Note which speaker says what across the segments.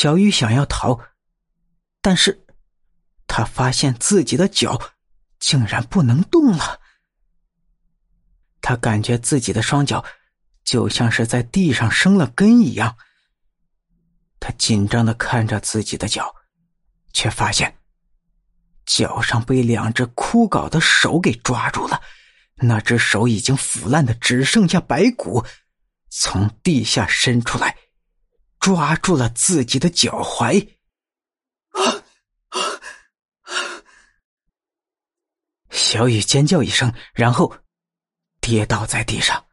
Speaker 1: 小雨想要逃，但是他发现自己的脚竟然不能动了。他感觉自己的双脚就像是在地上生了根一样。他紧张地看着自己的脚，却发现脚上被两只枯槁的手给抓住了，那只手已经腐烂的只剩下白骨，从地下伸出来，抓住了自己的脚踝。小雨尖叫一声，然后跌倒在地上。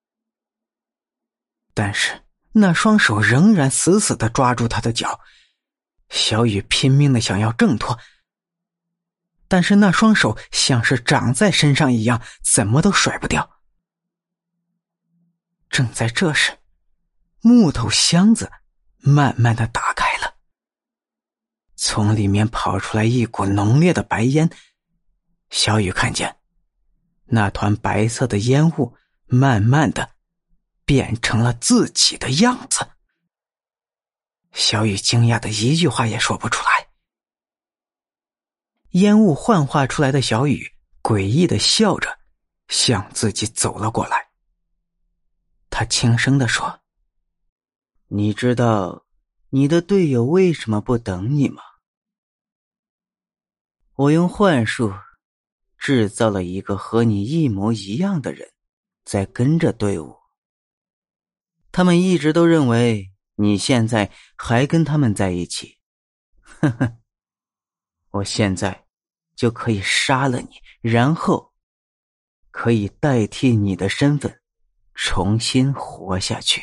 Speaker 1: 但是那双手仍然死死地抓住他的脚，小雨拼命地想要挣脱，但是那双手像是长在身上一样，怎么都甩不掉。正在这时，木头箱子慢慢地打开了，从里面跑出来一股浓烈的白烟。小雨看见那团白色的烟雾慢慢地变成了自己的样子。小雨惊讶的一句话也说不出来。烟雾幻化出来的小雨诡异的笑着向自己走了过来。他轻声地说：
Speaker 2: 你知道你的队友为什么不等你吗？我用幻术制造了一个和你一模一样的人在跟着队伍，他们一直都认为你现在还跟他们在一起。呵呵，我现在就可以杀了你，然后可以代替你的身份重新活下去。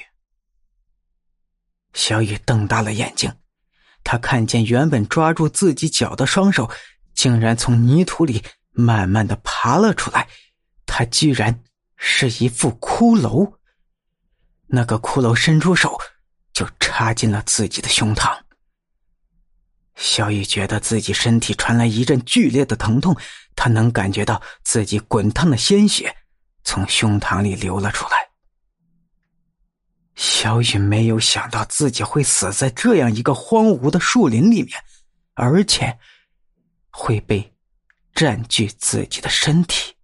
Speaker 1: 小雨瞪大了眼睛，他看见原本抓住自己脚的双手竟然从泥土里慢慢地爬了出来，它居然是一副骷髅。那个骷髅伸出手就插进了自己的胸膛。小雨觉得自己身体传来一阵剧烈的疼痛，他能感觉到自己滚烫的鲜血从胸膛里流了出来。小雨没有想到自己会死在这样一个荒芜的树林里面，而且会被占据自己的身体。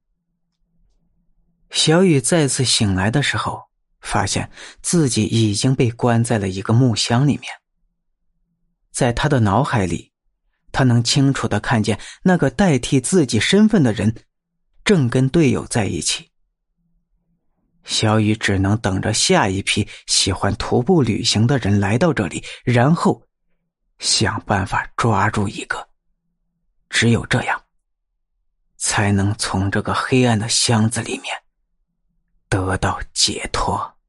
Speaker 1: 小雨再次醒来的时候，发现自己已经被关在了一个木箱里面。在他的脑海里，他能清楚地看见那个代替自己身份的人正跟队友在一起。小雨只能等着下一批喜欢徒步旅行的人来到这里，然后想办法抓住一个。只有这样，才能从这个黑暗的箱子里面得到解脱。